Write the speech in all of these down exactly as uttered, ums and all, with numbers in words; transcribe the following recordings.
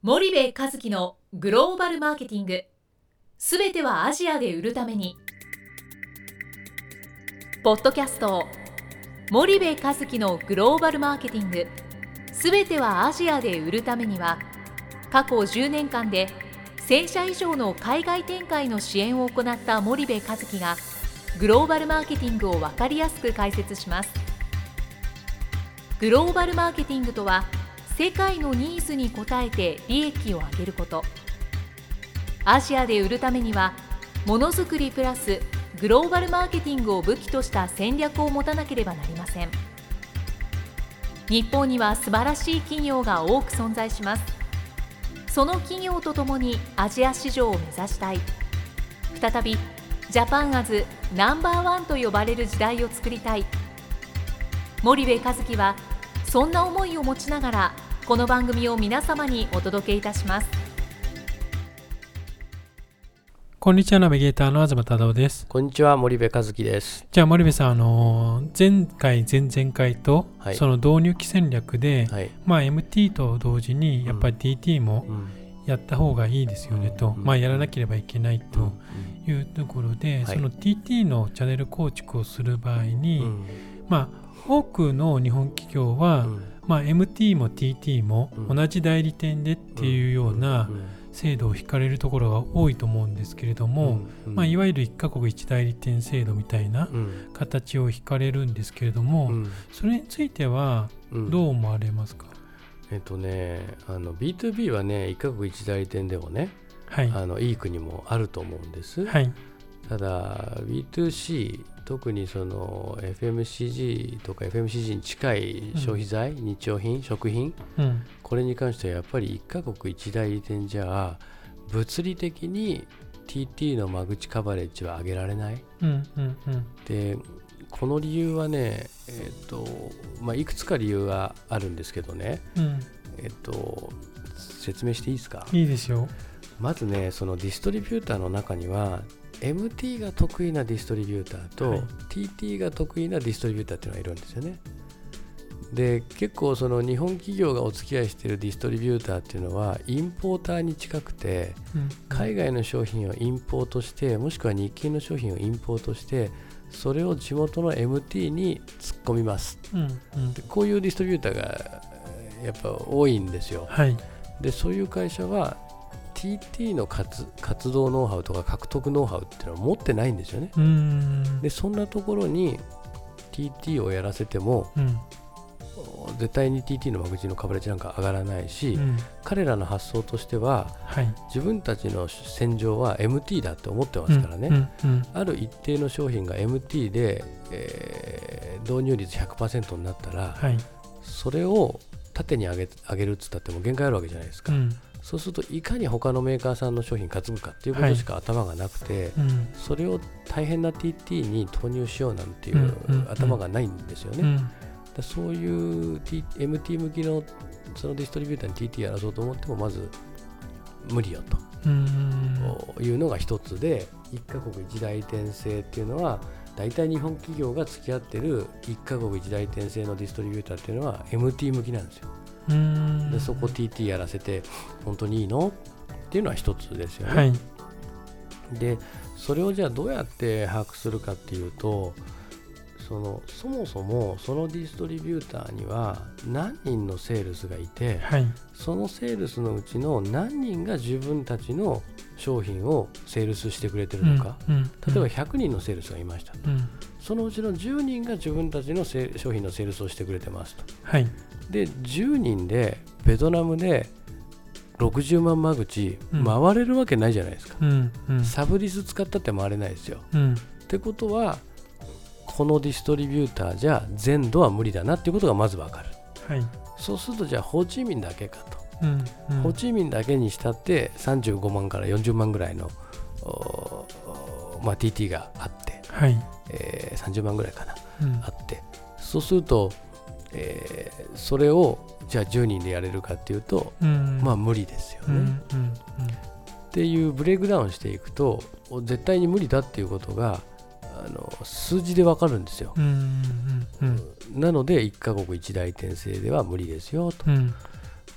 森部一樹のグローバルマーケティング、すべてはアジアで売るために。ポッドキャスト森部一樹のグローバルマーケティング、すべてはアジアで売るためには、過去じゅうねんかんでせんしゃ以上の海外展開の支援を行った森部一樹がグローバルマーケティングを分かりやすく解説します。グローバルマーケティングとは、世界のニーズに応えて利益を上げること。アジアで売るためには、ものづくりプラスグローバルマーケティングを武器とした戦略を持たなければなりません。日本には素晴らしい企業が多く存在します。その企業とともにアジア市場を目指したい。再びジャパンアズナンバーワンと呼ばれる時代を作りたい。森部一樹はそんな思いを持ちながら、この番組を皆様にお届けいたします。 こんにちは、ナビゲーターの東忠夫です。 こんにちは、森部一樹です。 じゃあ森部さん、あの前回前々回と、はい、その導入期戦略で、はい、まあ エムティー と同時にやっぱり ティーティー もやった方がいいですよねと、うん、まあやらなければいけないというところで、うん、その ティーティー のチャンネル構築をする場合に、うん、まあ多くの日本企業は、うんまあ、エムティー も ティーティー も同じ代理店でっていうような制度を引かれるところが多いと思うんですけれども、まあ、いわゆるいっカ国いち代理店制度みたいな形を引かれるんですけれども、それについてはどう思われますか？ えっとね、あの ビーツービー はね、いっカ国いち代理店でもね、はい、あのいい国もあると思うんです、はい、ただ ビーツーシー、特にその エフエムシージー とか エフエムシージー に近い消費財、うん、日用品、食品、うん、これに関してはやっぱりいっカ国いち代理店じゃ物理的に ティーティー の間口カバレッジは上げられない、うんうんうん、でこの理由はね、えーとまあ、いくつか理由があるんですけどね、うんえーと、説明していいですか？ いいですよ。 まずね、そのディストリビューターの中にはエムティー が得意なディストリビューターと、はい、ティーティー が得意なディストリビューターっていうのがいるんですよね。で、結構その日本企業がお付き合いしているディストリビューターっていうのはインポーターに近くて、うん、海外の商品をインポートして、もしくは日系の商品をインポートして、それを地元の エムティー に突っ込みます、うんうん、でこういうディストリビューターがやっぱ多いんですよ、はい、でそういう会社はティーティー の 活, 活動ノウハウとか獲得ノウハウっていうのは持ってないんですよね。うーんでそんなところに ティーティー をやらせても、うん、絶対に ティーティー の間口のカバレッジなんか上がらないし、うん、彼らの発想としては、はい、自分たちの戦場は エムティー だって思ってますからね、うんうんうん、ある一定の商品が エムティー で、えー、導入率 ひゃくパーセント になったら、はい、それを縦に上げ、上げるっつったっても限界あるわけじゃないですか、うんそうするといかに他のメーカーさんの商品担ぐかっていうことしか頭がなくて、はいうん、それを大変な ティーティー に投入しようなんていう頭がないんですよね、うんうん、だそういう、T、エムティー 向きのそのディストリビューターに ティーティー やらそうと思ってもまず無理よというのが一つで、いっカ国いち代理店制っていうのは大体日本企業が付き合ってるいっカ国いち代理店制のディストリビューターっていうのは エムティー 向きなんですよ。うーんでそこ ティーティー やらせて本当にいいのっていうのは一つですよね、はい、でそれをじゃあどうやって把握するかっていうと、そのそもそもそのディストリビューターには何人のセールスがいて、はい、そのセールスのうちの何人が自分たちの商品をセールスしてくれてるのか、うんうん、例えばひゃくにんのセールスがいましたと、うん、そのうちのじゅうにんが自分たちの商品のセールスをしてくれてますと、はいでじゅうにんでベトナムでろくじゅうまん間口回れるわけないじゃないですか、うんうん、サブリス使ったって回れないですよ、うん、ってことはこのディストリビューターじゃ全土は無理だなっていうことがまず分かる、はい、そうするとじゃあホーチミンだけかと、うんうん、ホーチミンだけにしたってさんじゅうごまんからよんじゅうまんぐらいの、まあ、ティーティー があって、はいえー、さんじゅうまんぐらいかな、うん、あってそうするとえー、それをじゃあじゅうにんでやれるかっていうと、うん、まあ無理ですよね、うんうんうん、っていうブレイクダウンしていくと絶対に無理だっていうことがあの数字でわかるんですよ、うんうんうん、なのでいっカ国いち代理店制では無理ですよと、うん、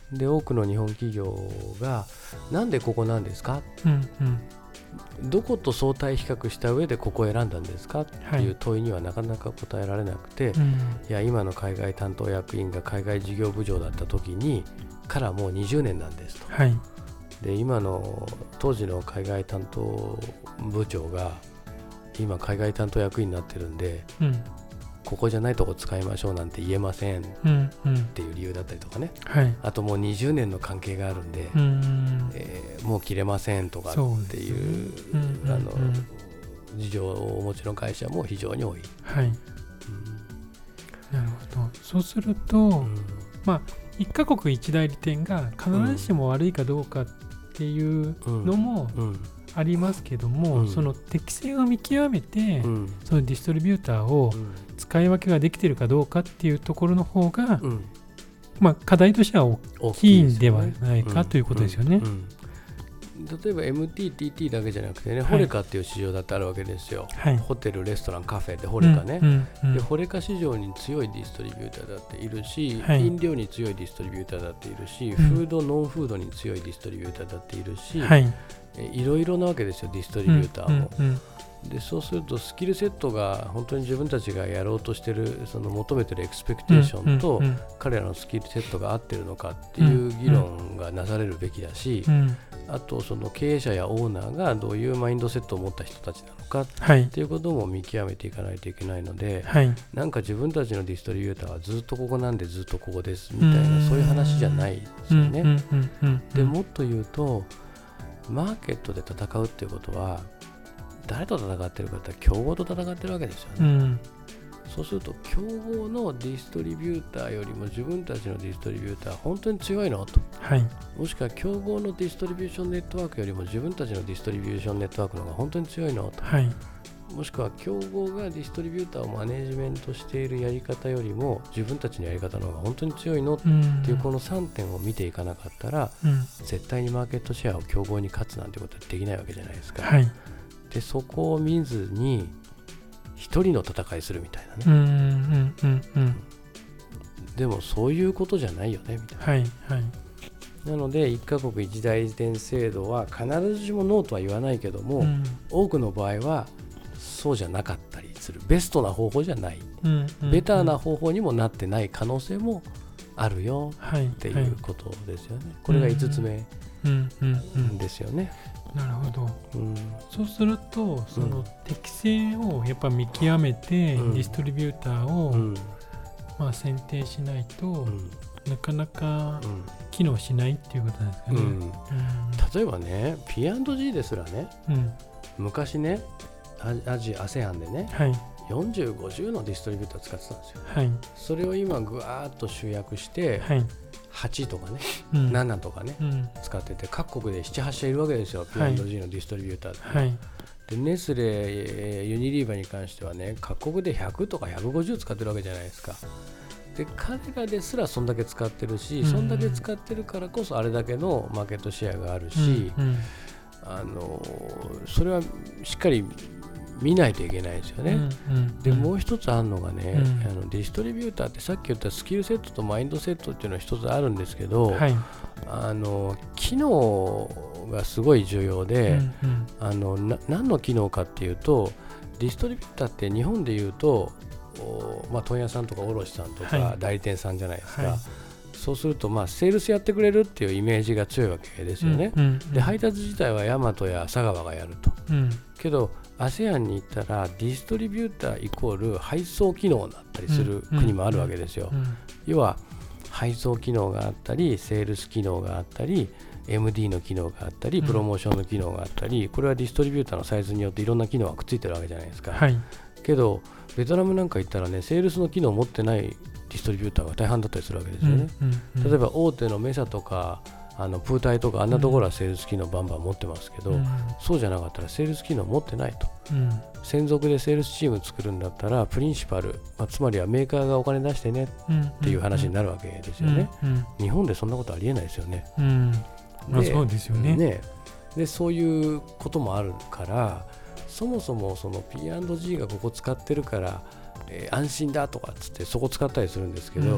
で多くの日本企業がなんでここなんですか、うんうん、どこと相対比較した上でここを選んだんですかっていう問いにはなかなか答えられなくて、はい、いや今の海外担当役員が海外事業部長だった時にからもうにじゅうねんなんですと、はい、で今の当時の海外担当部長が今海外担当役員になってるんで、うん、ここじゃないとこ使いましょうなんて言えませんっていう理由だったりとかね、うんうん、あともうにじゅうねんの関係があるんで、うんえー、もう切れませんとかっていう、うん、あの、うん、事情をお持ちの会社も非常に多い、はいうん、 なるほど。そうすると、うん、まあいっカ国いち代理店が必ずしも悪いかどうかっていうのも、うんうんありますけども、うん、その適性を見極めて、うん、そのディストリビューターを使い分けができているかどうかっていうところの方が、うんまあ、課題としては大きいんではないか、ね、ということですよね、うんうんうん、例えば エムティー、ティーティー だけじゃなくてね、はい、ホレカっていう市場だってあるわけですよ、はい、ホテル、レストラン、カフェでホレカね、うんうんうん、でホレカ市場に強いディストリビューターだっているし、はい、飲料に強いディストリビューターだっているし、うん、フード、ノンフードに強いディストリビューターだっているし、はいいろいろなわけですよ、ディストリビューターも、うんうんうん、でそうするとスキルセットが本当に自分たちがやろうとしてるその求めてるエクスペクテーションと彼らのスキルセットが合ってるのかっていう議論がなされるべきだし、うんうん、あとその経営者やオーナーがどういうマインドセットを持った人たちなのかっていうことも見極めていかないといけないので、はい、なんか自分たちのディストリビューターはずっとここなんでずっとここですみたいなそういう話じゃないですよね、うんうんうんうん、でもっと言うとマーケットで戦うっていうことは誰と戦ってるかって競合と戦ってるわけですよね、うん、そうすると競合のディストリビューターよりも自分たちのディストリビューター本当に強いのと、はい、もしくは競合のディストリビューションネットワークよりも自分たちのディストリビューションネットワークの方が本当に強いのと、はい、もしくは競合がディストリビューターをマネージメントしているやり方よりも自分たちのやり方の方が本当に強いのっていうこのさんてんを見ていかなかったら、うん、絶対にマーケットシェアを競合に勝つなんてことはできないわけじゃないですか、はい、でそこを見ずに一人の戦いするみたいなね、うんうんうんうん、でもそういうことじゃないよねみたいな、はいはい、なのでいっカ国いち代理店制度は必ずしもノーとは言わないけども、うん、多くの場合はそうじゃなかったりするベストな方法じゃない、うんうんうん、ベターな方法にもなってない可能性もあるよっていうことですよね、はいはい、これがいつつめですよね、 うんうんうん、なるほど、うん、そうするとその適性をやっぱ見極めて、うん、ディストリビューターを、うんまあ、選定しないと、うん、なかなか機能しないっていうことなんですかね、うんうん、 例えばね ピーアンドジー ですらね、うん、昔ねアジア アセアン でね、はい、よんじゅう、ごじゅうのディストリビューター使ってたんですよ、はい、それを今ぐわーっと集約して、はい、はちとかね、うん、ななとかね、うん、使ってて各国でなな、はち社いるわけですよ、はい、ピーアンドジー のディストリビューターって、はい、でネスレ、ユニリーバに関してはね各国でひゃくとかひゃくごじゅう使ってるわけじゃないですか。で彼らですらそんだけ使ってるし、うん、そんだけ使ってるからこそあれだけのマーケットシェアがあるし、うんうん、あのそれはしっかり見ないといけないですよね、うんうんうん、でもう一つあるのがね、うん、あのディストリビューターってさっき言ったスキルセットとマインドセットっていうのは一つあるんですけど、はい、あの機能がすごい重要で、うんうん、あのな何の機能かっていうとディストリビューターって日本でいうとまあ、問屋さんとか卸さんとか代理店さんじゃないですか、はいはい、そうするとまあセールスやってくれるっていうイメージが強いわけですよね、うんうんうん、で配達自体はヤマトや佐川がやると、うん、けど アセアン に行ったらディストリビューターイコール配送機能だったりする国もあるわけですよ、うんうんうん、要は配送機能があったりセールス機能があったり エムディー の機能があったりプロモーションの機能があったり、これはディストリビューターのサイズによっていろんな機能がくっついてるわけじゃないですか、はい、けどベトナムなんか行ったらねセールスの機能を持ってないディストリビューターが大半だったりするわけですよね、うんうんうん、例えば大手のメサとかあのプータイとかあんなところはセールス機能バンバン持ってますけど、うん、そうじゃなかったらセールス機能持ってないと、うん、専属でセールスチーム作るんだったらプリンシパル、まあ、つまりはメーカーがお金出してねっていう話になるわけですよね、うんうんうん、日本でそんなことありえないですよね、うんまあ、そうですよね。 ねでそういうこともあるからそもそもその ピーアンドジー がここ使ってるから、えー、安心だとかっつってそこ使ったりするんですけど、うん、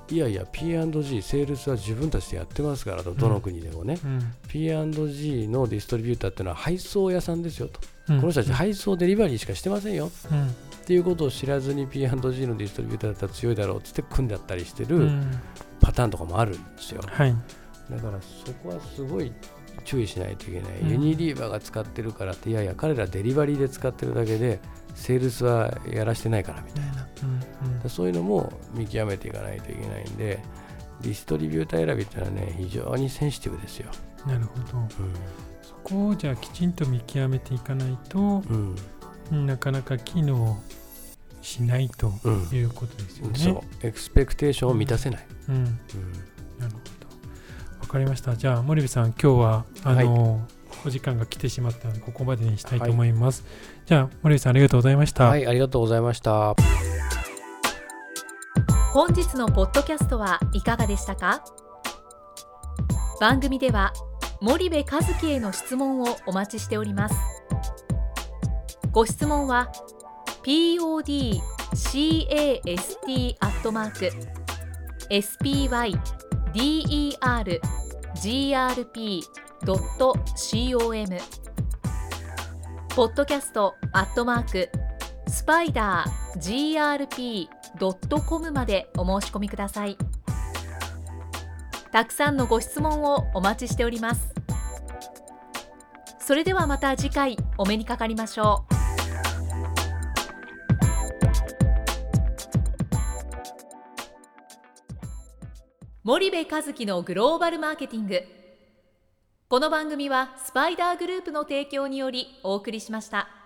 いやいや ピーアンドジー セールスは自分たちでやってますからと、どの国でもね、うん、ピーアンドジー のディストリビューターっていうのは配送屋さんですよと、うん、この人たち配送デリバリーしかしてませんよ、うん、っていうことを知らずに ピーアンドジー のディストリビューターだったら強いだろうって組んであったりしてるパターンとかもあるんですよ、はい、だからそこはすごい注意しないといけない、うん、ユニリーバーが使ってるからって、いやいや彼らデリバリーで使ってるだけでセールスはやらしてないからみたいな、うんうん、そういうのも見極めていかないといけないんで、ディストリビューター選びってのはね非常にセンシティブですよ。 なるほど、うん、そこをじゃあきちんと見極めていかないと、うん、なかなか機能しないということですよね、うん、 そうエクスペクテーションを満たせない、うんうん、なるほど、わかりました。じゃあ森部さん今日はあの、はい、お時間が来てしまったのでここまでにしたいと思います、はい、じゃあ森部さんありがとうございました。 はい、ありがとうございました。 本日のポッドキャストはいかがでしたか？番組では森部一樹への質問をお待ちしております。ご質問は ピーオーディーキャスト アットマーク エスピーワイディーイーアールジーアールピードットコム ポッドキャストアットマークスパイダー ジーアールピードットコム までお申し込みください。たくさんのご質問をお待ちしております。それではまた次回お目にかかりましょう。森部一樹のグローバルマーケティング。この番組はスパイダーグループの提供によりお送りしました。